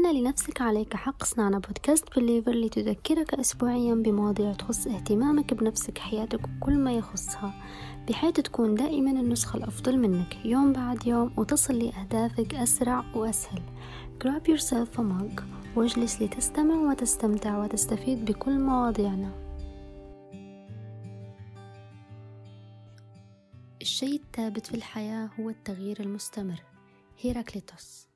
أن لنفسك عليك حق صنعنا بودكاست بليفر لتذكرك أسبوعيا بمواضيع تخص اهتمامك بنفسك، حياتك وكل ما يخصها، بحيث تكون دائما النسخة الأفضل منك يوم بعد يوم وتصل لأهدافك أسرع وأسهل. Grab yourself a mug واجلس لتستمع وتستمتع وتستفيد بكل مواضيعنا. الشيء الثابت في الحياة هو التغيير المستمر. هيراكليتوس.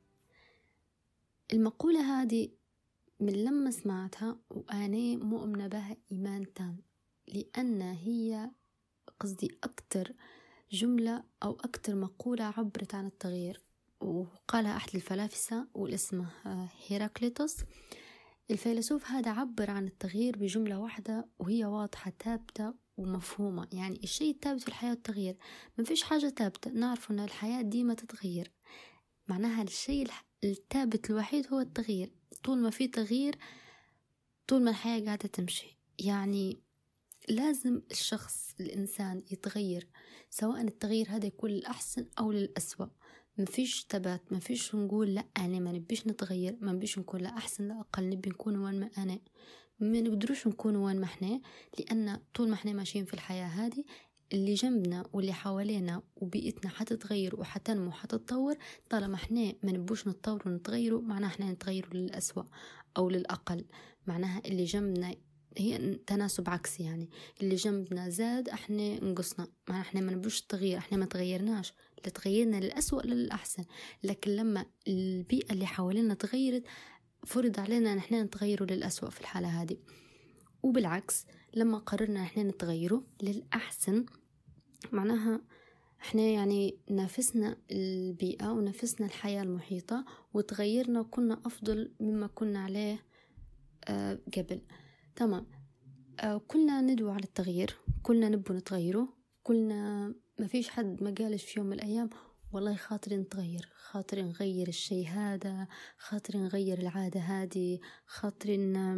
المقولة هذه من لما سمعتها وأنا مؤمنة بها إيمان تام، لأن هي أكتر جملة أو أكتر مقولة عبرت عن التغيير، وقالها أحد الفلاسفة والاسمه هيراكليتوس. الفيلسوف هذا عبر عن التغيير بجملة واحدة وهي واضحة ثابتة ومفهومة. يعني الشيء الثابت في الحياة التغيير، ما فيش حاجة ثابتة، نعرف أن الحياة ديما تتغير. معناها الشيء الثابت الوحيد هو التغيير. طول ما في تغيير، طول ما الحياة قاعدة تمشي. يعني لازم الإنسان يتغير، سواء التغيير هذا يكون للأحسن أو للأسوأ. ما فيش ثبات، ما فيش نقول لا أنا ما نبيش نتغير، ما نبيش نكون لا أحسن لا أقل، نبي نكون وين ما أنا. ما نقدروش نكون وين ما احنا، لأن طول ما احنا ماشيين في الحياة هذه اللي جنبنا واللي حوالينا وبيئتنا حتتغير وحتنمو وحتتطور. طالما احنا ما نبوش نتطور ونتغيروا، معناها احنا نتغيروا للأسوأ أو للأقل. معناها اللي جنبنا هي تناسب عكسي، يعني اللي جنبنا زاد احنا نقصنا. معناها احنا ما نبوش التغيير، احنا ما تغيرناش، لا تغيرنا للأسوأ للأحسن. لكن لما البيئة اللي حوالينا تغيرت، فرض علينا ان احنا نتغيروا للأسوأ في الحالة هذه. وبالعكس لما قررنا احنا نتغيروا للأحسن، معناها احنا يعني نافسنا البيئة ونافسنا الحياة المحيطة وتغيرنا وكنا أفضل مما كنا عليه قبل. تمام. كلنا ندعو على التغيير، كلنا نبو نتغيره، كلنا ما فيش حد ما قالش في يوم من الأيام والله خاطري نتغير، خاطري نغير الشيء هذا، خاطري نغير العادة هذه، خاطري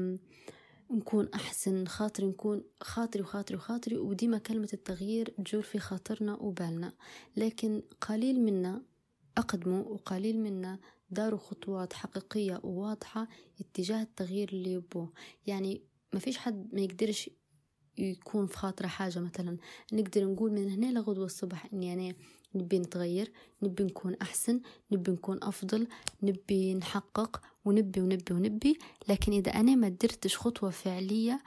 نكون أحسن، خاطري نكون خاطري. وديما كلمة التغيير تجور في خاطرنا وبالنا. لكن قليل منا أقدموا وقليل منا داروا خطوات حقيقية وواضحة اتجاه التغيير اللي يبوه. يعني ما فيش حد ما يقدرش يكون في خاطره حاجة. مثلا نقدر نقول من هنا لغدوة الصبح إني أنا نبي نتغير، نبي نكون أحسن، نبي نكون أفضل، نبي نحقق ونبي. لكن إذا أنا ما درتش خطوة فعلية،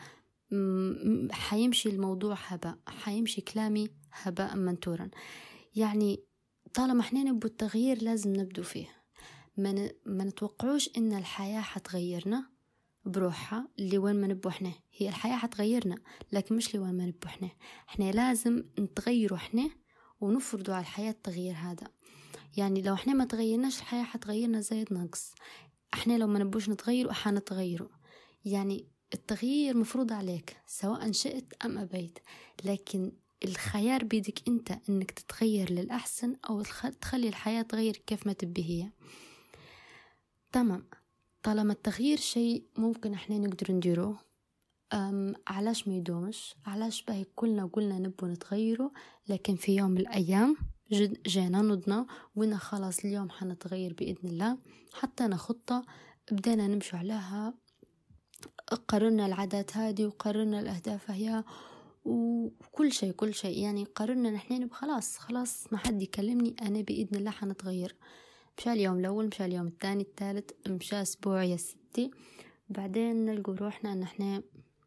حيمشي الموضوع هباء، حيمشي كلامي هباء منثورا. يعني طالما احنا نبو التغيير لازم نبدو فيه. ما نتوقعوش إن الحياة حتغيرنا بروحها اللي وين ما نبو احنا. هي الحياة حتغيرنا لكن مش لوين ما نبو احنا لازم نتغيروا احنا ونفرضوا على الحياة التغيير هذا. يعني لو احنا ما تغيرناش الحياة حتغيرنا زايد نقص. احنا لو ما نبوش نتغيروا حنتغيروا. يعني التغيير مفروض عليك سواء شئت أم أبيت، لكن الخيار بيدك انت انك تتغير للأحسن او تخلي الحياة تغير كيف ما تبي هي. تمام. طالما التغيير شيء ممكن احنا نقدر نديروه، علاش ما يدومش؟ علاش باهي كلنا قلنا نبو نتغيره، لكن في يوم من الأيام جينا نضنا وإنا خلاص اليوم حنتغير بإذن الله. حتى خطة بدأنا نمشي عليها، قررنا العادات هذه وقررنا الأهداف هي وكل شيء. يعني قررنا نحن نبقى خلاص ما حد يكلمني، أنا بإذن الله حنتغير. مشى اليوم الأول، مشى اليوم الثاني، الثالث، مشى أسبوع يا ستي، بعدين نلقى روحنا أن احنا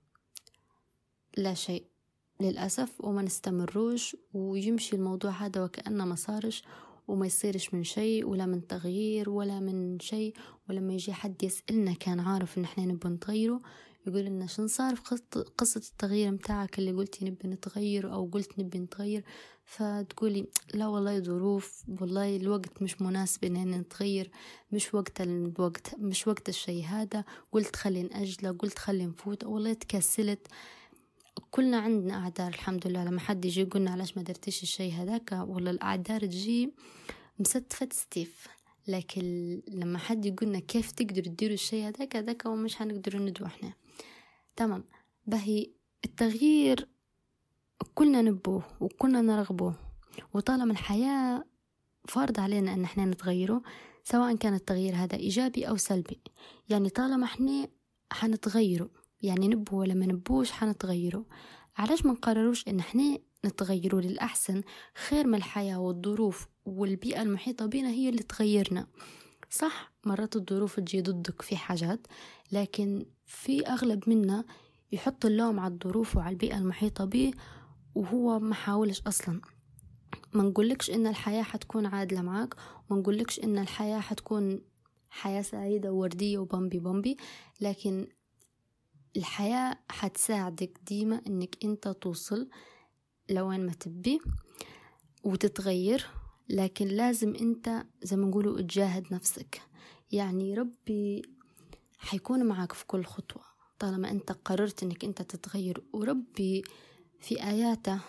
لا شيء للأسف وما نستمروش، ويمشي الموضوع هذا وكأنه ما صارش وما يصيرش من شيء ولا من تغيير ولا من شيء. ولما يجي حد يسألنا كان عارف ان احنا نبي نتغيره، يقول لنا شن صار في قصة التغيير متاعك اللي قلتي نبي نتغير او قلت نبي نتغير؟ فتقولي لا والله ظروف، والله الوقت مش مناسب ان نتغير، مش وقت الشيء هذا، قلت خلي نأجله، قلت خلي نفوت، والله تكسلت. كلنا عندنا أعذار الحمد لله. لما حد يجي يقولنا علاش ما درتيش الشيء هذاك، والله الأعذار تجي مستفة ستيف. لكن لما حد يقولنا كيف تقدر تديروا الشيء هذاك ومش هنقدر ندوا احنا. تمام. بهي التغيير كلنا نبوه وكلنا نرغبوه، وطالما الحياة فرض علينا ان احنا نتغيره، سواء كان التغيير هذا إيجابي أو سلبي. يعني طالما احنا حنتغيره، يعني نبو ولا ما نبوش حنتغيره، علاش ما نقرروش إن احنا نتغيروا للأحسن؟ خير ما الحياة والظروف والبيئة المحيطة بنا هي اللي تغيرنا. صح، مرات الظروف تجي ضدك في حاجات، لكن في أغلب منا يحط اللوم على الظروف وعلى البيئة المحيطة به وهو ما حاولش أصلا. ما نقولكش إن الحياة حتكون عادلة معك، وما نقولكش إن الحياة حتكون حياة سعيدة ووردية وبامبي بامبي، لكن الحياة حتساعدك ديما إنك أنت توصل لوين ما تبي وتتغير. لكن لازم أنت زي ما نقولوا تجاهد نفسك. يعني ربي حيكون معك في كل خطوة طالما أنت قررت إنك أنت تتغير. وربي في آياته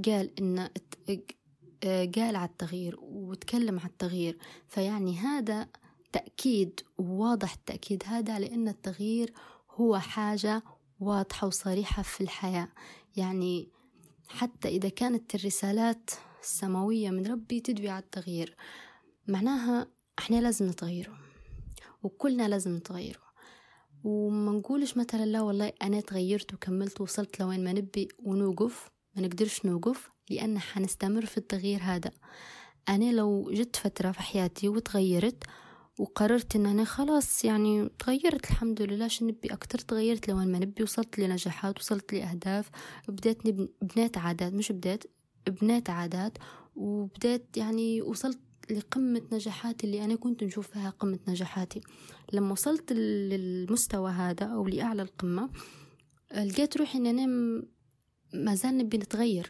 قال على التغيير وتكلم على التغيير، فيعني هذا تأكيد وواضح التأكيد هذا، لأن التغيير هو حاجة واضحة وصريحة في الحياة. يعني حتى إذا كانت الرسالات السماوية من ربي تدوي على التغيير، معناها احنا لازم نتغيره، وكلنا لازم نتغيره. وما نقولش مثلا لا والله أنا تغيرت وكملت ووصلت لوين ما نبي ونوقف. ما نقدرش نوقف، لأن حنستمر في التغيير هذا. أنا لو جت فترة في حياتي وتغيرت وقررت إن أنا خلاص يعني تغيرت الحمد لله، شو نبي أكتر، تغيرت لوين ما نبي، وصلت لنجاحات، وصلت لأهداف، بدأت بنات عادات، مش بنات عادات، وبدأت يعني وصلت لقمة نجاحاتي اللي أنا كنت نشوف فيها قمة نجاحاتي. لما وصلت للمستوى هذا أو لأعلى القمة، لقيت روحي إن أنا ما زال نبي نتغير.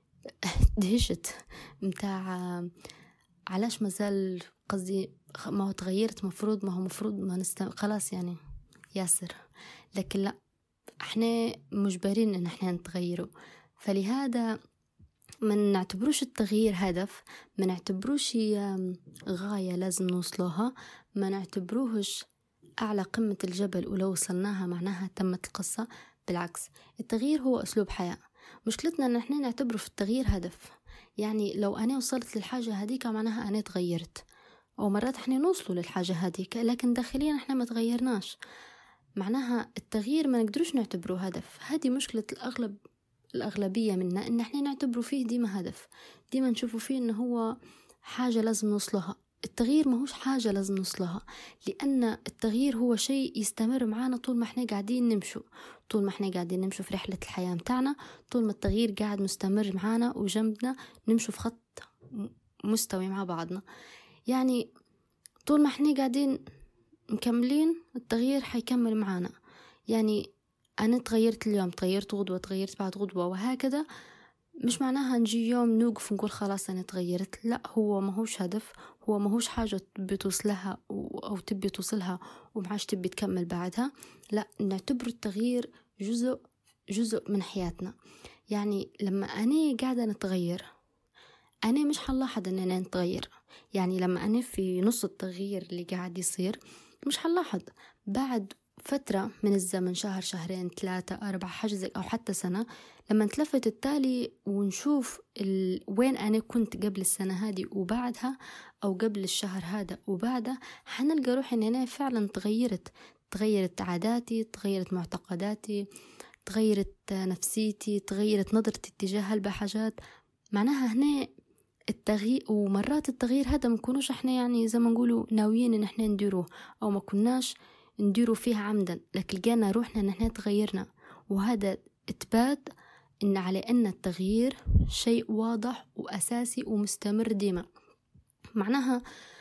دهشت متاع علاش ما زال، قصدي ما هو تغيرت، مفروض ما خلاص يعني ياسر. لكن لا، احنا مجبرين ان احنا نتغيروا. فلهذا ما نعتبروش التغيير هدف، ما نعتبروش غاية لازم نوصلها، ما نعتبروهش أعلى قمة الجبل ولو وصلناها معناها تمت القصة. بالعكس، التغيير هو أسلوب حياة. مشكلتنا أن احنا نعتبره في التغيير هدف. يعني لو أنا وصلت للحاجة هذيك معناها أنا تغيرت، أو مرات احنا نوصلوا للحاجة هذيك لكن داخليا احنا ما تغيرناش، معناها التغيير ما نقدروش نعتبره هدف. هذه مشكلة الأغلبية منا، إن احنا نعتبره فيه ديما هدف، ديما نشوفه فيه إنه هو حاجة لازم نوصلها. التغيير ما هوش حاجة لازم نوصلها، لأن التغيير هو شيء يستمر معنا طول ما احنا قاعدين نمشوا، طول ما احنا قاعدين نمشوا في رحلة الحياة متاعنا، طول ما التغيير قاعد مستمر معنا وجنبنا، نمشوا في خط مستوي مع بعضنا. يعني طول ما احنا قاعدين مكملين التغيير حيكمل معنا. يعني أنا تغيرت اليوم، تغيرت غدوة، تغيرت بعد غدوة، وهكذا. مش معناها نجي يوم نوقف ونقول خلاص أنا تغيرت. لا، هو ما هوش هدف، هو ما هوش حاجة تبي توصلها أو تبي توصلها ومعاش تبي تكمل بعدها. لا، نعتبر التغيير جزء من حياتنا. يعني لما أنا قاعدة نتغير، أنا مش حلاحظ أن أنا نتغير. يعني لما أنا في نص التغيير اللي قاعد يصير مش حلاحظ، بعد فترة من الزمن، شهر، شهرين، 3، 4، حاجة أو حتى سنة، لما نتلفت التالي ونشوف وين أنا كنت قبل السنة هذه وبعدها، أو قبل الشهر هذا وبعده، حنلقى روحي أن أنا فعلا تغيرت عاداتي، تغيرت معتقداتي، تغيرت نفسيتي، تغيرت نظرتي اتجاه الحاجات. معناها هنا التغيير، ومرات التغيير هذا ما نكونوش احنا يعني زي ما نقولوا ناويين ان احنا نديروه، او ما كناش نديروا فيها عمدا، لكن لقينا روحنا ان احنا تغيرنا. وهذا اثبات ان على ان التغيير شيء واضح واساسي ومستمر ديما. معناها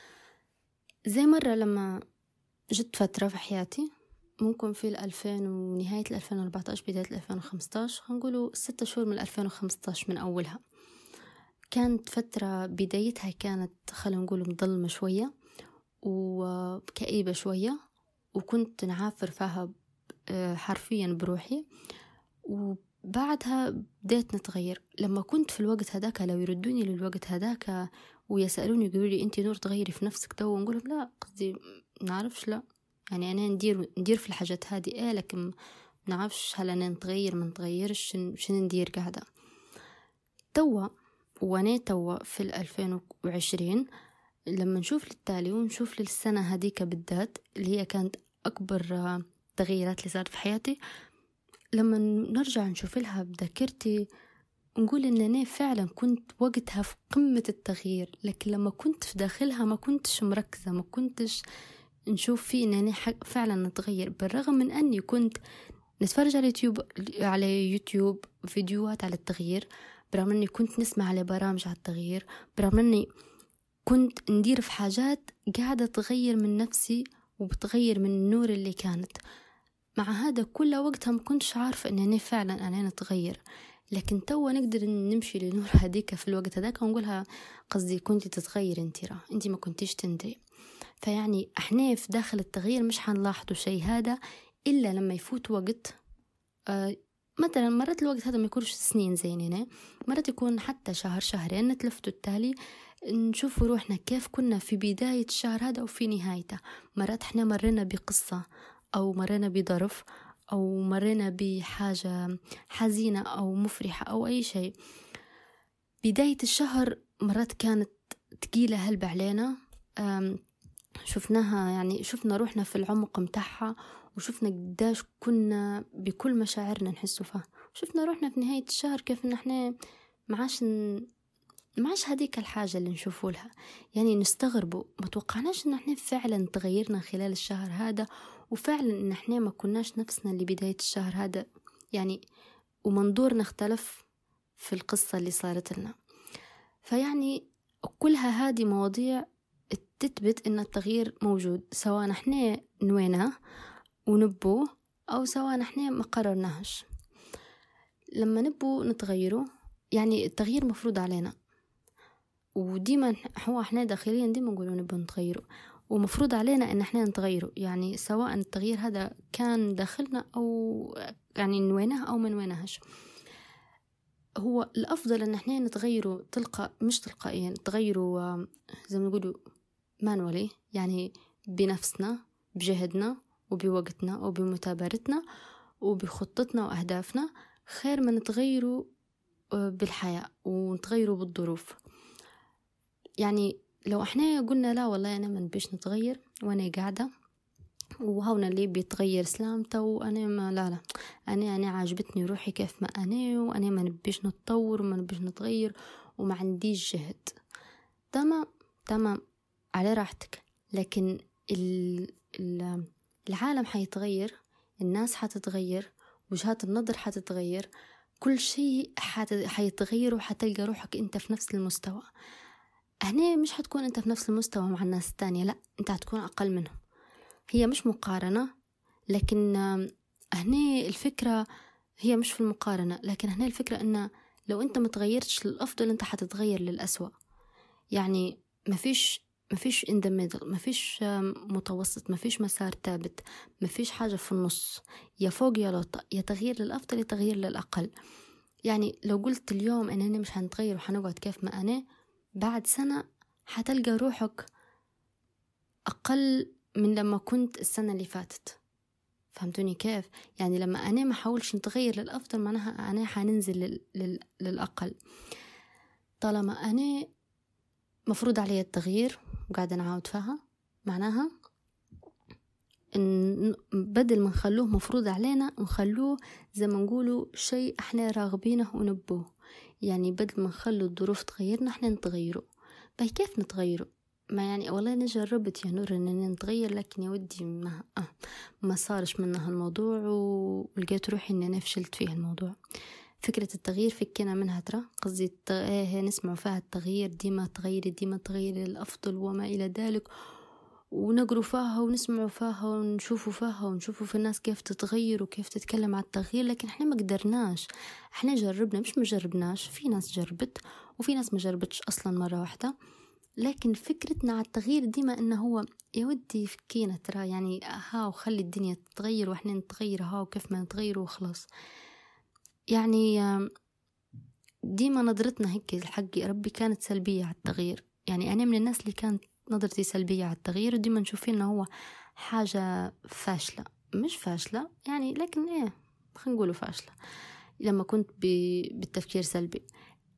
زي مرة لما جت فترة في حياتي، ممكن في 2000 ونهاية 2014 بداية 2015، هنقولوا 6 شهور من 2015 من أولها، كانت فترة بدايتها كانت خلينا نقول مظلمة شوية وكئيبة شوية، وكنت نعافر فيها حرفيا بروحي. وبعدها بديت نتغير. لما كنت في الوقت هذاك، لو يردوني للوقت هذاك ويسألوني يقولوا لي أنت نور تغيري في نفسك تو، ونقول لا، قصدي نعرفش، لا يعني أنا ندير في الحاجات هذه لكن نعرفش هل أنا نتغير ما نتغيرش، شنو ندير قاعدة. توا في 2020 لما نشوف للتالي ونشوف للسنة هذيك بالذات اللي هي كانت أكبر تغييرات اللي صارت في حياتي، لما نرجع نشوف لها بذاكرتي نقول إن أنا فعلا كنت وقتها في قمة التغيير، لكن لما كنت في داخلها ما كنتش مركزة، ما كنتش نشوف فيه إن أنا فعلا نتغير، بالرغم من أني كنت نتفرج على يوتيوب فيديوهات على التغيير، برغم أني كنت نسمع على برامج على التغيير، برغم أني كنت ندير في حاجات قاعدة تغير من نفسي وبتغير من النور اللي كانت. مع هذا كله وقتها ما كنتش عارفة ان انا فعلا انا نتغير، لكن توا نقدر نمشي لنور هديك في الوقت هذاك ونقولها قصدي كنتي تتغير انتي ما كنتيش تندري. فيعني احنا في داخل التغيير مش حنلاحظوا شيء هذا الا لما يفوت وقت. مثلا مرات الوقت هذا ما يكونش سنين زيننا، مرات يكون حتى شهر شهرين، نتلفتوا التالي نشوف روحنا كيف كنا في بداية الشهر هذا وفي نهايته. مرات احنا مرينا بقصة أو مرينا بظرف أو مرينا بحاجة حزينة أو مفرحة أو أي شيء. بداية الشهر مرات كانت تقيلة هلبة علينا، شفناها يعني شفنا روحنا في العمق متاعها وشفنا قداش كنا بكل مشاعرنا نحسوا فيها. شفنا روحنا في نهاية الشهر كيف ان احنا معاش هذيك الحاجة اللي نشوفوا لها، يعني نستغربوا ما توقعناش ان احنا فعلا تغيرنا خلال الشهر هذا، وفعلا ان احنا ما كناش نفسنا اللي بداية الشهر هذا يعني، ومنظورنا اختلف في القصة اللي صارت لنا. فيعني كلها هذه مواضيع تثبت ان التغيير موجود، سواء احنا نويناه ونبوه او سواء احنا ما قررناهش. لما نبو نتغيره يعني التغيير مفروض علينا، وديما هو احنا داخليا ديما نقولوا نبو نتغيره ومفروض علينا ان احنا نتغيره، يعني سواء التغيير هذا كان داخلنا او يعني نويناه او ما نويناهش. هو الافضل ان احنا نتغيره مش تلقائيا، نتغيره زي ما نقولوا مانولي، يعني بنفسنا بجهدنا وبوقتنا وبمثابرتنا وبخطتنا واهدافنا، خير ما نتغيره بالحياة ونتغيره بالظروف. يعني لو احنا قلنا لا والله انا ما نبيش نتغير وانا قاعدة وهونا اللي بيتغير سلامته وانا ما لا انا عاجبتني روحي كيف ما انا وانا ما نبيش نتطور وما نبيش نتغير وما عنديش جهد، تمام على راحتك. لكن العالم حيتغير، الناس حتتغير، وجهات النظر حتتغير، كل شيء حيتغير وحتلقى روحك انت في نفس المستوى. هنا مش حتكون انت في نفس المستوى مع الناس التانية، لا انت حتكون اقل منهم. هي مش مقارنة، لكن هنا الفكرة هي مش في المقارنة، لكن هنا الفكرة ان لو انت متغيرتش للأفضل انت حتتغير للأسوأ. يعني مفيش in the middle، مفيش متوسط، مفيش مسار ثابت، مفيش حاجة في النص، يا فوق يا لوطة، يا تغيير للأفضل يا تغيير للأقل. يعني لو قلت اليوم أنا مش هنتغير وحنقعد كيف ما أنا، بعد سنة حتلقى روحك أقل من لما كنت السنة اللي فاتت. فهمتوني كيف؟ يعني لما أنا ما حاولش نتغير للأفضل معناها أنا حننزل للأقل. طالما أنا مفروض علي التغيير وقاعدة نعاود فيها، معناها إن بدل ما نخلوه مفروض علينا نخلوه زي ما نقولوا شيء احنا راغبينه ونبوه. يعني بدل ما نخلو الظروف تغيرنا احنا نتغيره. باي كيف نتغيره؟ ما يعني والله أنا جربت يا نور إن نتغير، لكن يا ودي ما صارش منها الموضوع ولقيت روحي إن أنا فشلت فيه الموضوع. فكرة التغيير فكنا منها ترى قصدي نسمع فيها التغيير ديما تغيري للأفضل وما إلى ذلك، ونقروا فيها ونسمعوا فيها ونشوفوا في الناس كيف تتغير وكيف تتكلم على التغيير، لكن احنا ما قدرناش. احنا جربنا، مش مجربناش، في ناس جربت وفي ناس ما جربتش أصلا مرة واحدة. لكن فكرتنا على التغيير ديما إنه هو يا ودي فكينا ترى، يعني ها وخلي الدنيا تتغير وإحنا نتغير ها وكيف ما نتغير وخلاص. يعني ديما نظرتنا هيك الحق ربي كانت سلبية على التغيير. يعني أنا من الناس اللي كانت نظرتي سلبية على التغيير، وديما نشوف إنه هو حاجة فاشلة، مش فاشلة يعني لكن خلينا نقوله فاشلة لما كنت بالتفكير سلبي.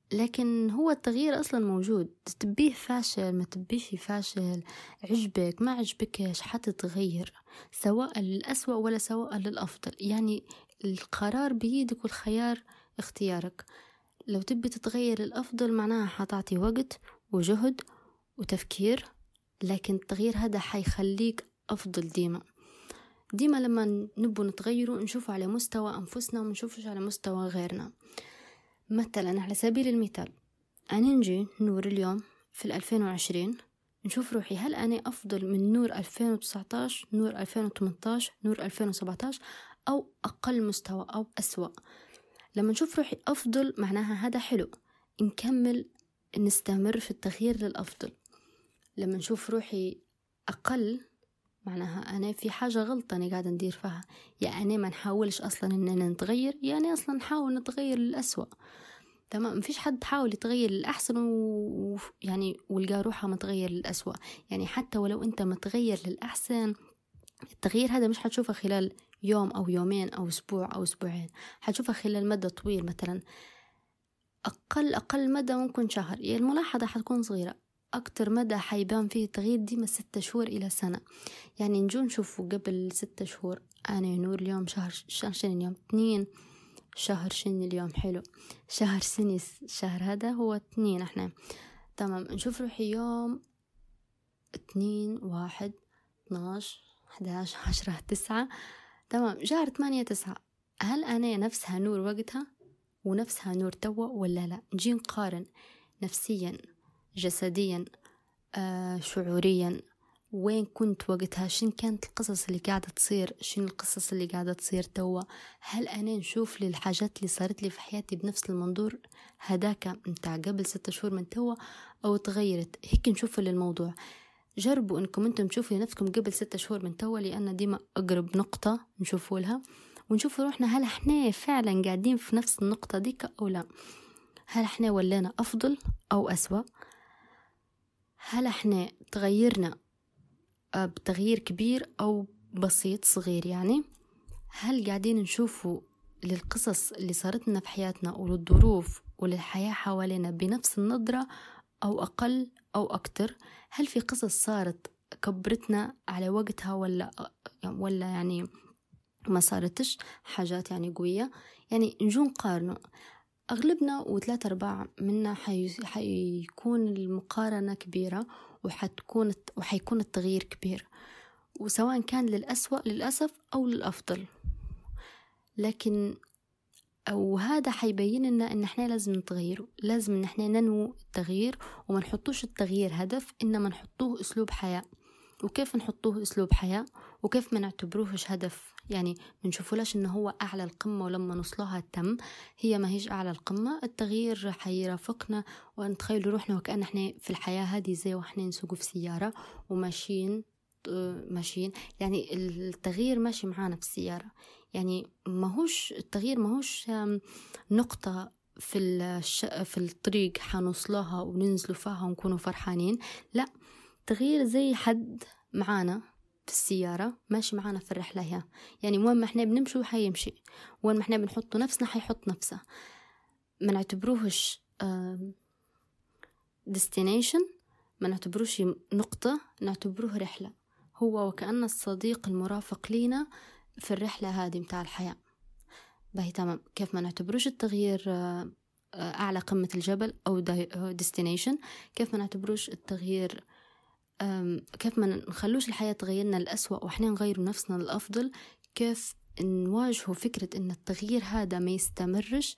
لكن هو التغيير أصلا موجود، تبيه فاشل ما تبيش فاشل، عجبك ما عجبكش حتتغير، سواء للأسوأ ولا سواء للأفضل. يعني القرار بيدك والخيار اختيارك. لو تبي تتغير للأفضل معناها حتعطي وقت وجهد وتفكير، لكن التغيير هذا حيخليك أفضل ديما لما نبو نتغيروا نشوفه على مستوى أنفسنا ومنشوفش على مستوى غيرنا. مثلا على سبيل المثال أنا نجي نور اليوم في 2020 نشوف روحي هل أنا أفضل من نور 2019 نور 2018 نور 2017 أو أقل مستوى أو أسوأ. لما نشوف روحي أفضل معناها هذا حلو، نكمل نستمر في التغيير للأفضل. لما نشوف روحي أقل معناها أنا في حاجة غلطة أنا قاعدة ندير فيها، يعني ما نحاولش أصلا إننا نتغير، يعني أصلا نحاول نتغير للأسوأ. تمام، مفيش حد حاول يتغير للأحسن يعني ولقى روحه متغير للأسوأ. يعني حتى ولو أنت متغير للأحسن، التغيير هذا مش حتشوفه خلال يوم أو يومين أو أسبوع أو أسبوعين، حتشوفه خلال مدى طويل. مثلا أقل مدى ممكن شهر، يعني الملاحظة حتكون صغيرة. أكتر مدى حيبان فيه التغيير دي من 6 شهور إلى سنة. يعني نجو نشوفه قبل 6 شهور أنا نور اليوم شهر شنو اليوم 2 شهر شنو اليوم حلو شهر سنس شهر هذا هو 2 احنا تمام. نشوف روحي يوم 2 1 12 11 10 9 تمام شهر 8 9. هل أنا نفسها نور وقتها ونفسها نور توا ولا لا؟ نجي نقارن نفسيا جسديا شعوريا وين كنت وقتها، شن كانت القصص اللي قاعدة تصير، شن القصص اللي قاعدة تصير توا. هل أنا نشوف للحاجات اللي صارت لي في حياتي بنفس المنظور هداك متاع قبل 6 شهور من توا أو تغيرت؟ هيك نشوف للموضوع. جربوا إنكم أنتم تشوفوا لنفسكم قبل 6 شهور من توا، لأن ديما أقرب نقطة نشوفوا لها، ونشوف روحنا هل احنا فعلا قاعدين في نفس النقطة ديك أو لا. هل احنا ولينا أفضل أو أسوأ؟ هل احنا تغيرنا بتغيير كبير أو بسيط صغير؟ يعني هل قاعدين نشوفوا للقصص اللي صارت لنا في حياتنا وللظروف وللحياة حوالينا بنفس النظرة أو أقل أو أكتر؟ هل في قصص صارت كبرتنا على وقتها ولا يعني ما صارتش حاجات يعني قوية؟ يعني نجو نقارنوا. أغلبنا و3/4 منا حيكون المقارنة كبيرة وحيكون التغيير كبير، وسواء كان للأسوأ للأسف أو للأفضل. لكن هذا حيبين لنا إن إحنا لازم نتغير، لازم إن إحنا ننمو التغيير وما نحطوش التغيير هدف، إنما نحطوه أسلوب حياة. وكيف نحطوه أسلوب حياة وكيف ما نعتبروهش هدف؟ يعني منشوفولاش إنه هو أعلى القمة ولما نوصلها تم. هي ما هيش أعلى القمة، التغيير حيرافقنا ونتخيل روحنا وكأن إحنا في الحياة هذه زي وإحنا نسوق في سيارة وماشيين يعني التغيير ماشي معانا في السيارة. يعني التغيير ماهوش نقطة في الطريق حنوصلها وننزلوا فيها ونكونوا فرحانين، لا، التغيير زي حد معانا في السيارة ماشي معانا في الرحلة هي. يعني وين ما احنا بنمشي حيمشي، وين ما احنا بنحط نفسنا حيحط نفسه. ما نعتبروهش destination، ما نعتبروش نقطة، نعتبروه رحلة. هو وكأن الصديق المرافق لينا في الرحلة هذه متاع الحياة. باهي تمام. كيف ما نعتبروش التغيير أعلى قمة الجبل أو destination، كيف ما نعتبروش التغيير كيف ما نخلوش الحياة تغيرنا للأسوأ وإحنا نغير نفسنا للأفضل. كيف نواجهوا فكرة إن التغيير هذا ما يستمرش،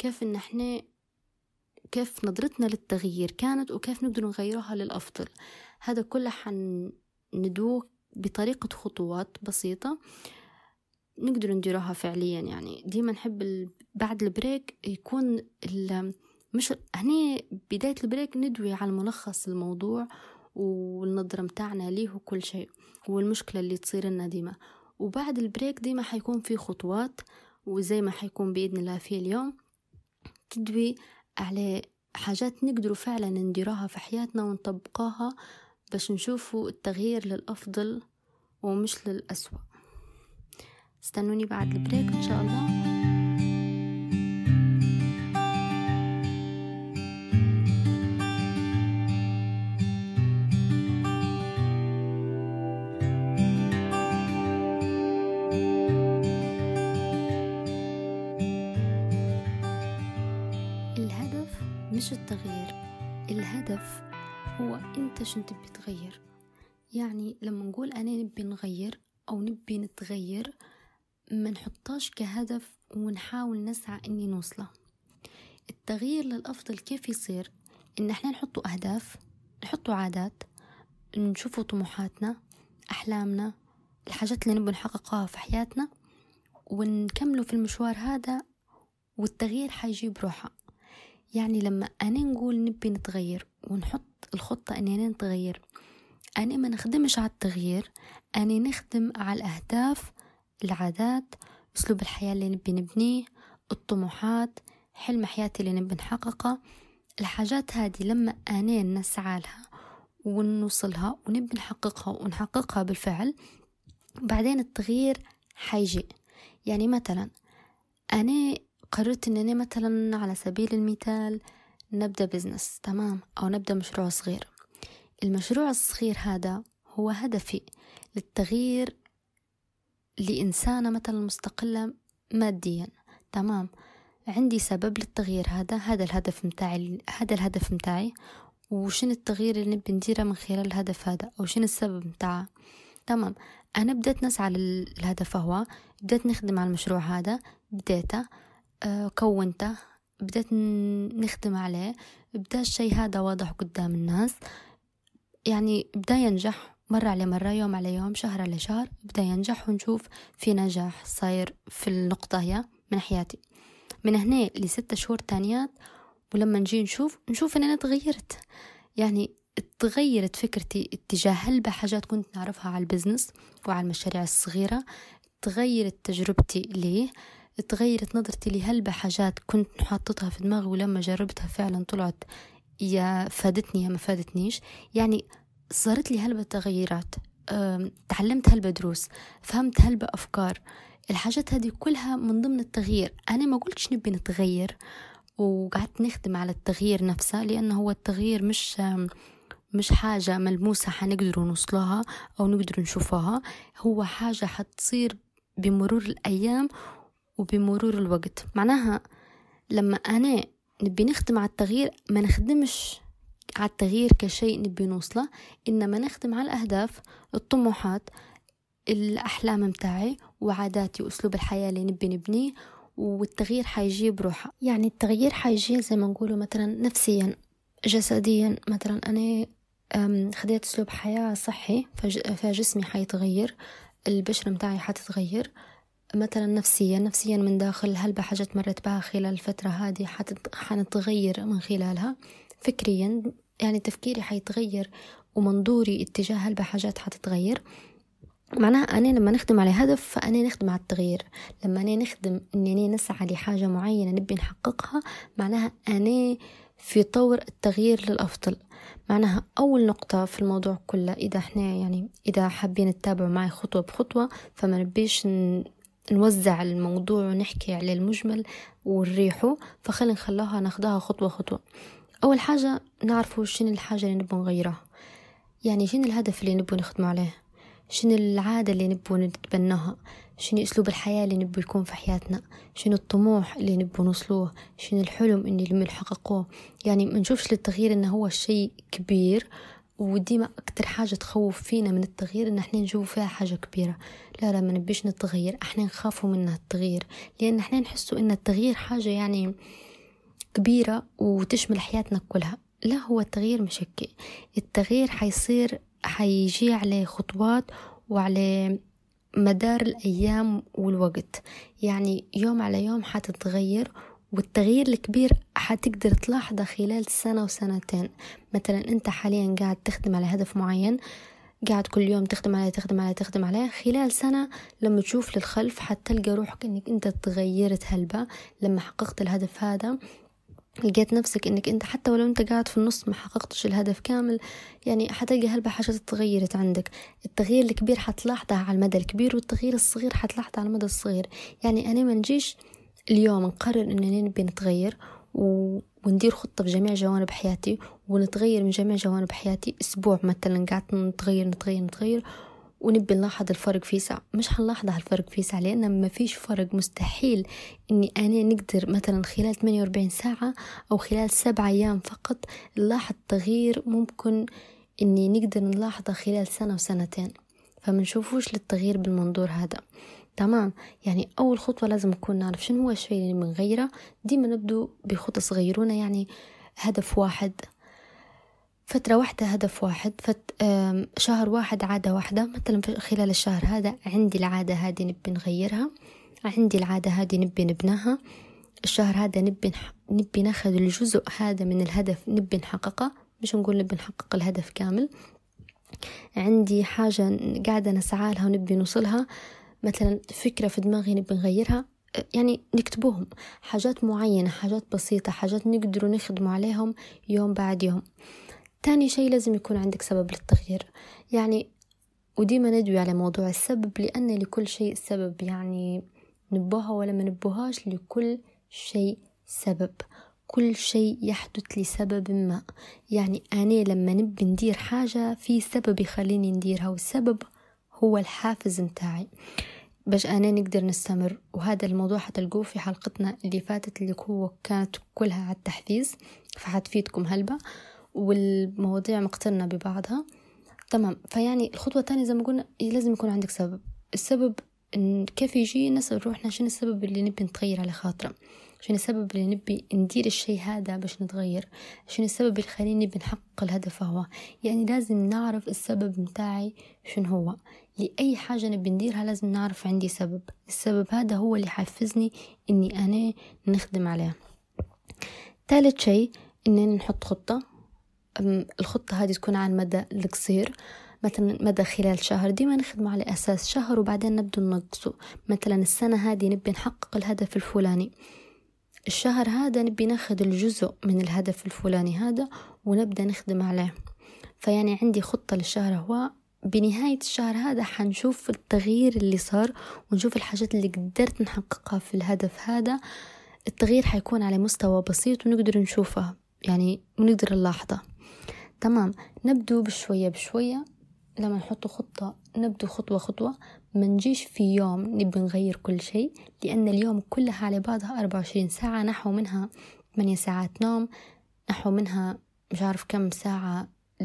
كيف نظرتنا للتغيير كانت وكيف نقدر نغيرها للأفضل. هذا كله ندوه بطريقة خطوات بسيطة نقدر نديرها فعليا. يعني ديما نحب بعد البريك يكون مش هني بداية البريك ندوي على ملخص الموضوع والنظرة متاعنا ليه وكل شيء والمشكلة اللي تصير لنا ديما. وبعد البريك ديما حيكون في خطوات، وزي ما حيكون بإذن الله في اليوم تدوي على حاجات نقدروا فعلا نديرها في حياتنا ونطبقها باش نشوفوا التغيير للأفضل ومش للأسوأ. استنوني بعد البريك إن شاء الله. مش التغيير، الهدف هو أنت شو تبي تغير. يعني لما نقول أنا نبي نغير أو نبي نتغير، ما نحطاش كهدف ونحاول نسعى إني نوصله. التغيير للأفضل كيف يصير؟ إن احنا نحطوا أهداف، نحطوا عادات، نشوفوا طموحاتنا، أحلامنا، الحاجات اللي نبي نحققها في حياتنا، ونكملوا في المشوار هذا، والتغيير حيجيب روحه. يعني لما أنا نقول نبي نتغير ونحط الخطة إننا نتغير، أنا ما نخدمش على التغيير، أنا نخدم على الأهداف، العادات، أسلوب الحياة اللي نبي نبنيه، الطموحات، حلم حياتي اللي نبي نحققه. الحاجات هذه لما أنا نسعى لها ونوصلها ونبي نحققها بالفعل، بعدين التغيير حيجي. يعني مثلا أنا قررت أنني مثلا على سبيل المثال نبدأ بزنس، تمام، أو نبدأ مشروع صغير. المشروع الصغير هذا هو هدفي للتغيير لإنسانة مثلا مستقلة ماديا، تمام. عندي سبب للتغيير هذا الهدف متاعي، وشن التغيير اللي نبي نديره من خلال الهدف هذا، أو شن السبب متاعه، تمام. أنا بدأت نسعى للهدف، هو بدأت نخدم على المشروع هذا، بديته، كونته، بدأت نخدم عليه، بدأ الشيء هذا واضح قدام الناس، يعني بدأ ينجح مرة على مرة، يوم على يوم، شهر على شهر، بدأ ينجح، ونشوف في نجاح صاير في النقطة هي من حياتي. من هنا ل6 شهور تانيات، ولما نجي نشوف أن أنا تغيرت. يعني تغيرت فكرتي اتجاه هلبة حاجات كنت نعرفها على البزنس وعلى المشاريع الصغيرة، تغيرت تجربتي ليه، تغيرت نظرتي لهلبة حاجات كنت محطتها في دماغي، ولما جربتها فعلا طلعت يا فادتني يا ما فادتنيش. يعني صارت لي هلبة تغييرات، تعلمت هلبة دروس، فهمت هلبة أفكار. الحاجات هذه كلها من ضمن التغيير. أنا ما قلتش نبي نتغير وقعدت نخدم على التغيير نفسه، لأنه هو التغيير مش حاجة ملموسة حنقدر نوصلها أو نقدر نشوفها، هو حاجة حتصير بمرور الأيام وبمرور الوقت. معناها لما أنا نبي نخدم على التغيير، ما نخدمش على التغيير كشيء نبي نوصله، إنما نخدم على الأهداف، الطموحات، الأحلام متاعي وعاداتي وأسلوب الحياة اللي نبي نبنيه، والتغيير حيجيب روحه. يعني التغيير حيجي زي ما نقوله مثلا نفسيا، جسديا. مثلا أنا خديت أسلوب حياة صحي، فجسمي حيتغير، البشرة متاعي حتتغير. مثلا نفسيا من داخل هلبة حاجات مرت بها خلال الفترة هذه حنتغير من خلالها. فكريا يعني تفكيري حيتغير، ومنظوري اتجاه هلبة حاجات حتتغير. معناها أنا لما نخدم على هدف، فأنا نخدم على التغيير. لما أنا نخدم إني نسعى لحاجة معينة نبي نحققها، معناها أنا في طور التغيير للأفضل. معناها أول نقطة في الموضوع كله، إذا حابين تتابعوا معي خطوة بخطوة، فما نبيش نوزع الموضوع ونحكي على المجمل ونريحه، فخلينا نخلوها ناخدها خطوة خطوة. أول حاجة نعرفوا شنو الحاجة اللي نبغى نغيرها، يعني شنو الهدف اللي نبغى نخدم عليه، شنو العادة اللي نبغى نتبناها، شنو أسلوب الحياة اللي نبغى يكون في حياتنا، شنو الطموح اللي نبغى نوصلوه، شنو الحلم اللي نبغى نحققوه. يعني ما نشوفش للتغيير إنه هو شيء كبير، وديما أكتر حاجة تخوف فينا من التغيير إن احنا نشوف فيها حاجة كبيرة. لا ما نبيش نتغير، احنا نخافوا منها التغيير، لأن احنا نحسوا إن التغيير حاجة يعني كبيرة وتشمل حياتنا كلها. لا، هو التغيير مش هيك. التغيير حيجي على خطوات وعلى مدار الأيام والوقت، يعني يوم على يوم حتتغير. والتغيير الكبير حتقدر تلاحظه خلال 1 وسنتين. مثلا أنت حاليا قاعد تخدم على هدف معين، قاعد كل يوم تخدم عليه، خلال سنة لما تشوف للخلف حتلقى روحك إنك أنت تغيرت هلبة. لما حققت الهدف هذا لقيت نفسك إنك أنت حتى ولو أنت قاعد في النص ما حققتش الهدف كامل، يعني حتلقى هلبة حاجات تغيرت عندك. التغيير الكبير حتلاحظها على المدى الكبير، والتغيير الصغير حتلاحظه على المدى الصغير. يعني أنا ما نجيش اليوم نقرر إننا نبي نتغير وندير خطة في جميع جوانب حياتي ونتغير من جميع جوانب حياتي. أسبوع مثلا قاعد نتغير ونبي نلاحظ الفرق في ساعة. مش حنلاحظ هالفرق في ساعة، لأن ما فيش فرق. مستحيل إني أنا نقدر مثلا خلال 48 ساعة أو خلال 7 أيام فقط نلاحظ تغيير. ممكن إني نقدر نلاحظه خلال سنة وسنتين، فمنشوفوش للتغيير بالمنظور هذا. تمام. يعني أول خطوة لازم نكون نعرف شنو هو الشيء اللي بنغيره. ديما نبدو بخطة صغيرونة، يعني هدف واحد، فترة واحدة، هدف واحد، شهر واحد، عادة واحدة. مثلا خلال الشهر هذا عندي العادة هذه نبي نغيرها، عندي العادة هذه نبي نبناها. الشهر هذا نبي ناخذ الجزء هذا من الهدف نبي نحققه، مش نقول نبي نحقق الهدف كامل. عندي حاجة قاعدة نسعى لها ونبي نوصلها، مثلا فكرة في دماغي نبي نغيرها، يعني نكتبوهم. حاجات معينة، حاجات بسيطة، حاجات نقدروا نخدموا عليهم يوم بعد يوم. تاني شيء لازم يكون عندك سبب للتغيير. يعني وديما ندوي على موضوع السبب، لأن لكل شيء سبب. يعني نبوها ولا ما نبوهاش، لكل شيء سبب. كل شيء يحدث لسبب ما. يعني أنا لما نبي ندير حاجة في سبب يخليني نديرها، والسبب هو الحافز متاعي باش أنا نقدر نستمر. وهذا الموضوع حتلقوه في حلقتنا اللي فاتت، اللي هو كانت كلها على التحفيز، فحتفيدكم هلبة، والمواضيع مقترنة ببعضها. تمام. فيعني الخطوة الثانية زي ما قلنا لازم يكون عندك سبب. السبب إن كيف يجي نسأل روحنا شنو السبب اللي نبي نتغير على خاطره، شنو السبب اللي نبي ندير الشيء هذا باش نتغير، شنو السبب اللي يخليني نبي نحقق الهدف هو. يعني لازم نعرف السبب متاعي شنو هو. لأي حاجة نبي نديرها لازم نعرف عندي سبب. السبب هذا هو اللي حافزني إني أنا نخدم عليه. ثالث شيء إننا نحط خطة. الخطة هذه تكون على المدى القصير، مثلا مدى خلال شهر. ديما نخدم على أساس شهر وبعدين نبدأ ننقصه. مثلا السنة هذه نبي نحقق الهدف الفلاني، الشهر هذا نبي ناخذ الجزء من الهدف الفلاني هذا ونبدأ نخدم عليه. فيعني عندي خطة للشهر، هو بنهاية الشهر هذا حنشوف التغيير اللي صار، ونشوف الحاجات اللي قدرت نحققها في الهدف هذا. التغيير حيكون على مستوى بسيط ونقدر نشوفه، يعني ونقدر نلاحظه. تمام. نبدو بشوية بشوية. لما نحط خطة نبدو خطوة خطوة، ما نجيش في يوم نبي نغير كل شيء، لأن اليوم كلها على بعضها 24 ساعة، نحو منها 8 ساعات نوم، نحو منها مش عارف كم ساعة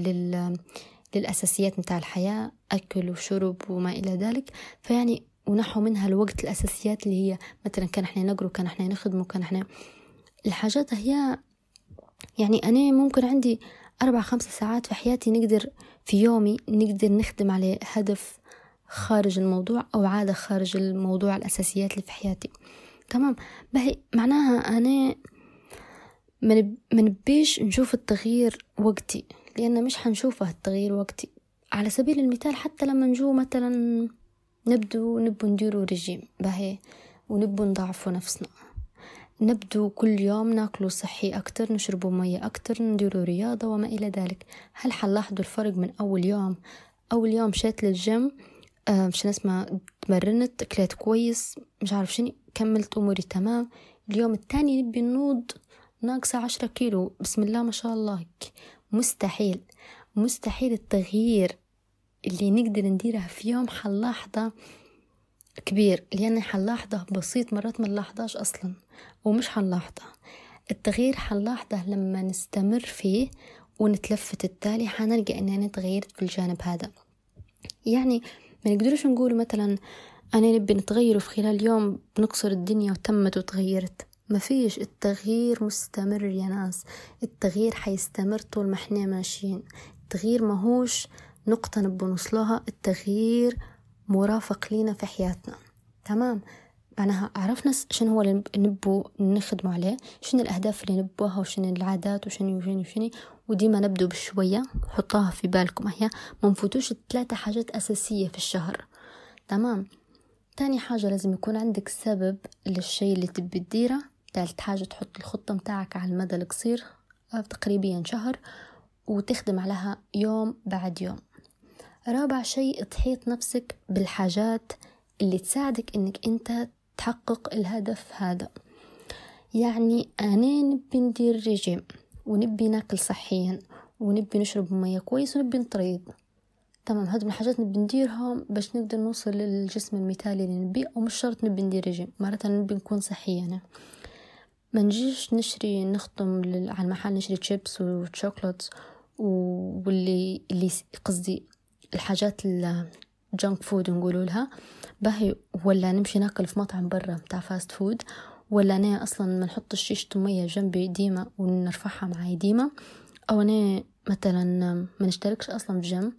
للأساسيات متاع الحياة، أكل وشرب وما إلى ذلك. فيعني ونحو منها الوقت الأساسيات اللي هي مثلا كان احنا نقرأ، كان احنا نخدم، كان احنا الحاجات هي. يعني أنا ممكن عندي 4-5 ساعات في حياتي نقدر في يومي نقدر نخدم على هدف خارج الموضوع أو عادة خارج الموضوع الأساسيات اللي في حياتي. تمام. بهي معناها أنا ما نبيش نشوف التغيير وقتي، لأن مش حنشوفه التغيير وقتي. على سبيل المثال حتى لما نجو مثلا نبدو نديرو رجيم بهي ونبو نضعفو نفسنا، نبدو كل يوم ناكلوا صحي أكتر، نشربوا مية أكتر، نديروا رياضة وما إلى ذلك. هل حنلاحظوا الفرق من أول يوم؟ أول يوم شيت للجيم، مش نسمع تمرنت، أكلت كويس، مش عارف شنو، كملت أموري تمام. اليوم الثاني نبي نوض ناقصة 10 كيلو، بسم الله ما شاء الله. مستحيل مستحيل التغيير اللي نقدر نديره في يوم حنلاحظه كبير، لأن حنلاحظه بسيط مرات ما نلاحظاش أصلا، ومش حنلاحظه. التغيير حنلاحظه لما نستمر فيه ونتلفت، التالي حنلقى أننا تغيرت في الجانب هذا. يعني ما نقدرش نقول مثلا أنا نبي نتغير في خلال يوم بنقصر الدنيا وتمت وتغيرت. ما فيش. التغيير مستمر يا ناس، التغيير حيستمر طول ما احنا ماشيين. التغيير ماهوش نقطة نبو نوصلها، التغيير مرافق لينا في حياتنا. تمام. معناها عرفنا شنو هو اللي نبو نخدمه عليه، شنو الأهداف اللي نبوها، وشنو العادات، وشنو. وديما نبدو بشوية، حطاها في بالكم هي، ما نفوتوش 3 حاجات أساسية في الشهر. تمام. تاني حاجة لازم يكون عندك سبب للشيء اللي تبي تديره. ثالث حاجة تحط الخطة متاعك على المدى القصير، تقريبا شهر، وتخدم عليها يوم بعد يوم. رابع شيء تحيط نفسك بالحاجات اللي تساعدك انك انت تحقق الهدف هذا. يعني أنا نبي ندير رجيم، ونبي ناكل صحيا، ونبي نشرب مياه كويس، ونبي نطريض. تمام. هذه من الحاجات نبي نديرها باش نقدر نوصل للجسم المثالي اللي نبيه، ومش شرط نبي ندير رجيم، مرات نبي نكون صحية. يعني ما نجيش نشتري نخدم على المحل نشتري شيبس وشوكولاتس واللي قصدي الحاجات الجانك فود نقولوا لها باهي، ولا نمشي ناكل في مطعم برا بتاع فاست فود، ولا أنا أصلا ما نحط شيشة مية جنبي ديما ونرفعها معي ديما، أو أنا مثلا ما نشتركش أصلا في جيم،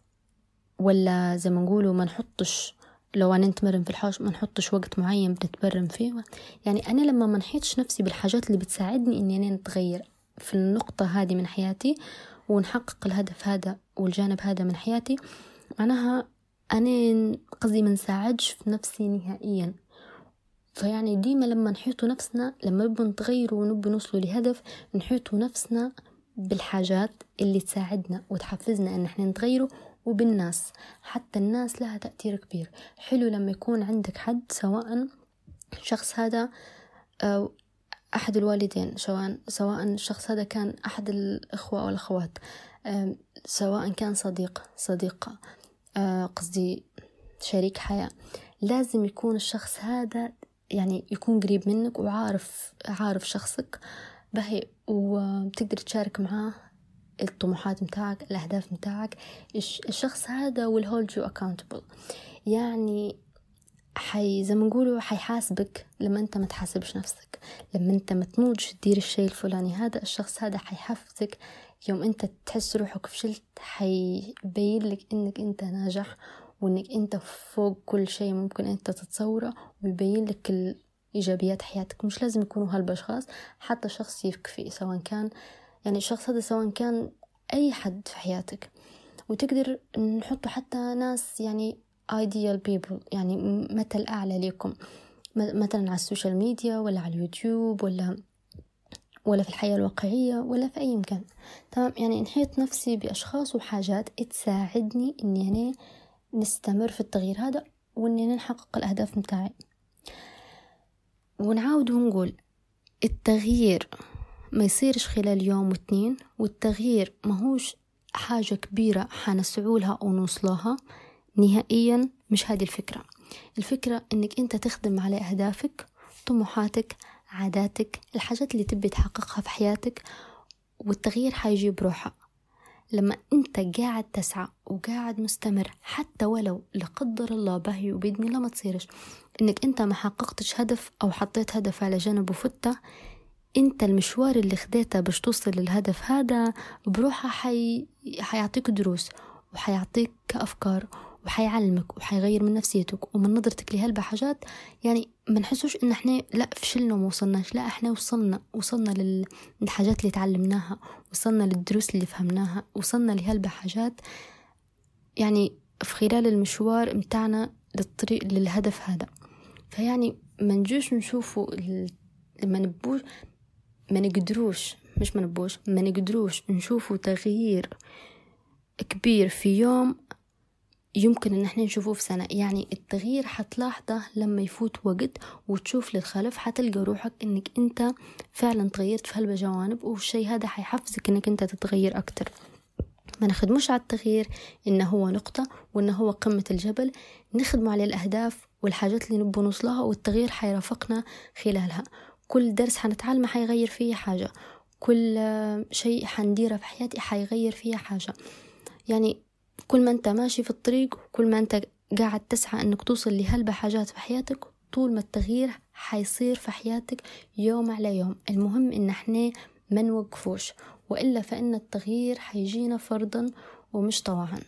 ولا زي ما نقولوا ما نحطش لو أنا نتمرن في الحوش ما نحطش وقت معين بنتمرن فيه. يعني أنا لما ما نحيطش نفسي بالحاجات اللي بتساعدني إني أنا نتغير في النقطة هذه من حياتي ونحقق الهدف هذا والجانب هذا من حياتي، معناها أنا قصدي ما نساعدش في نفسي نهائيا. فيعني ديما لما نحيطوا نفسنا، لما نبي نتغيروا ونبي نوصلوا لهدف، نحيطوا نفسنا بالحاجات اللي تساعدنا وتحفزنا إن احنا نتغيروا، وبالناس حتى الناس لها تأثير كبير. حلو لما يكون عندك حد، سواء شخص هذا أو أحد الوالدين، سواء الشخص هذا كان أحد الأخوة أو الأخوات، سواء كان صديقة، قصدي شريك حياة، لازم يكون الشخص هذا يعني يكون قريب منك وعارف شخصك بهي، وتقدر تشارك معاه الطموحات متاعك، الأهداف متاعك. الشخص هذا will hold you accountable، يعني زي ما نقولوا حيحاسبك لما أنت ما تحاسبش نفسك، لما أنت ما تنوضش تدير الشيء الفلاني. هذا الشخص هذا حيحفزك يوم أنت تحس روحك فشلت، حيبين لك إنك أنت ناجح وإنك أنت فوق كل شيء ممكن أنت تتصوره، ويبين لك الإيجابيات حياتك. مش لازم يكونوا هالأشخاص، حتى شخص يكفي، سواء كان يعني الشخص هذا سواء كان أي حد في حياتك. وتقدر نحطه حتى ناس يعني ideal people، يعني مثل أعلى لكم، مثلا على السوشيال ميديا ولا على اليوتيوب ولا في الحياة الواقعية ولا في أي مكان. تمام، يعني نحيط نفسي بأشخاص وحاجات تساعدني إني أنا نستمر في التغيير هذا، وإني أنا نحقق الأهداف متاعي. ونعاود ونقول التغيير ما يصيرش خلال يوم واثنين، والتغيير ما هوش حاجة كبيرة حنسعولها أو نوصلها نهائيا. مش هذه الفكرة. الفكرة إنك أنت تخدم على أهدافك، طموحاتك، عاداتك، الحاجات اللي تبي تحققها في حياتك، والتغيير حيجي بروحه لما أنت قاعد تسعى وقاعد مستمر. حتى ولو لا قدر الله باهي وبإذن الله ما تصيرش إنك أنت ما حققتش هدف أو حطيت هدف على جنب وفته، أنت المشوار اللي خديته باش توصل للهدف هذا بروحه حيعطيك دروس وحيعطيك أفكار وحيعلمك وحيغير من نفسيتك ومن نظرتك لهالبا حاجات. يعني ما نحسوش إن احنا لا فشلنا وما وصلناش، لا احنا وصلنا للحاجات اللي تعلمناها، وصلنا للدروس اللي فهمناها، وصلنا لهالبا حاجات يعني في خلال المشوار متاعنا للطريق للهدف هذا. فيعني ما نجوش نشوفوا ما نقدروش نشوفوا تغيير كبير في يوم يمكن ان احنا نشوفوه في سنة. يعني التغيير حتلاحظه لما يفوت وقت وتشوف للخلف، حتلقى روحك انك انت فعلا تغيرت في هالجوانب، والشيء هذا حيحفزك انك انت تتغير اكتر. ما نخدموش على التغيير انه هو نقطة وانه هو قمة الجبل، نخدموا على الاهداف والحاجات اللي نبغى نوصلها، والتغيير حيرافقنا خلالها. كل درس حنتعلمه حيغير فيه حاجة، كل شيء حنديره في حياتي حيغير فيه حاجة. يعني كل ما انت ماشي في الطريق، كل ما انت قاعد تسعى انك توصل لهالبا حاجات في حياتك، طول ما التغيير حيصير في حياتك يوم على يوم. المهم ان احنا ما نوقفوش، وإلا فإن التغيير حيجينا فرضا ومش طوعا.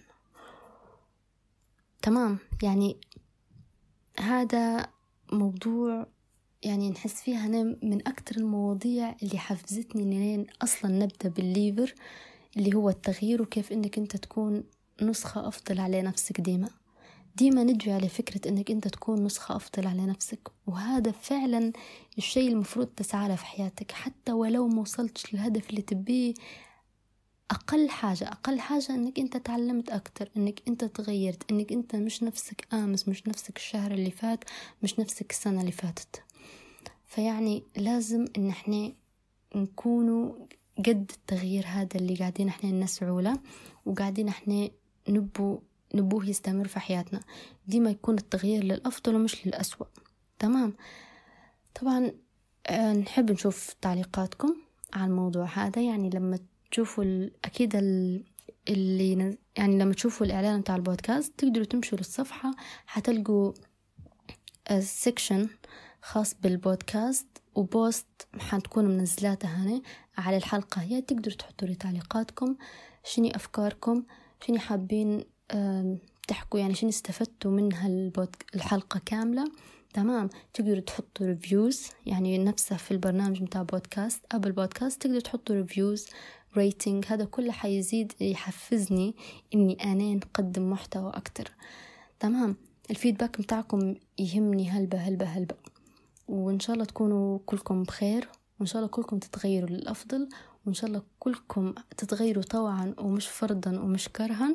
تمام، يعني هذا موضوع يعني نحس فيها أنا من أكتر المواضيع اللي حفزتني إني أصلا نبدأ بالليفر اللي هو التغيير، وكيف إنك أنت تكون نسخة أفضل على نفسك. ديما ندعي على فكرة إنك أنت تكون نسخة أفضل على نفسك، وهذا فعلا الشيء المفروض تسعى له في حياتك. حتى ولو ما وصلتش للهدف اللي تبيه، أقل حاجة إنك أنت تعلمت أكتر، إنك أنت تغيرت، إنك أنت مش نفسك أمس، مش نفسك الشهر اللي فات، مش نفسك السنة اللي فاتت. فيعني لازم إن احنا نكونوا قد التغيير هذا اللي قاعدين احنا نسعوا له، وقاعدين احنا نبوه يستمر في حياتنا، ديما يكون التغيير للأفضل ومش للأسوأ. تمام. طبعا نحب نشوف تعليقاتكم على الموضوع هذا. يعني لما تشوفوا أكيد اللي يعني لما تشوفوا الإعلان بتاع البودكاست تقدروا تمشوا للصفحة، حتلقوا سيكشن خاص بالبودكاست وبوست حتكون منزلاتها هنا على الحلقة. هي تقدروا تحطوا لي تعليقاتكم، شنو أفكاركم، شنو حابين تحكوا، يعني شنو استفدتوا من الحلقة كاملة. تمام. تقدروا تحطوا ريفيوز، يعني نفسها في البرنامج متاع بودكاست أبل بودكاست تقدروا تحطوا ريفيوز، ريتنج، هذا كله حيزيد يحفزني إني أنا نقدم محتوى أكتر. تمام. الفيدباك متاعكم يهمني هلبة. وإن شاء الله تكونوا كلكم بخير، وإن شاء الله كلكم تتغيروا للأفضل، وإن شاء الله كلكم تتغيروا طوعا ومش فرضا ومش كرها.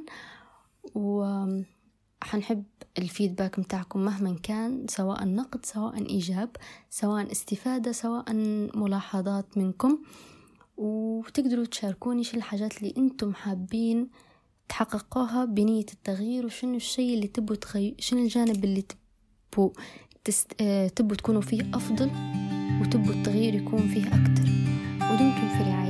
وحنحب الفيدباك متاعكم مهما كان، سواء نقد سواء إيجاب سواء استفادة سواء ملاحظات منكم. وتقدروا تشاركوني شو الحاجات اللي أنتم حابين تحققوها بنية التغيير، وشنو الشيء اللي تبوا شنو الجانب اللي تبوا تكونوا فيه أفضل وتبوا التغيير يكون فيه أكتر. ودمتم في رعاية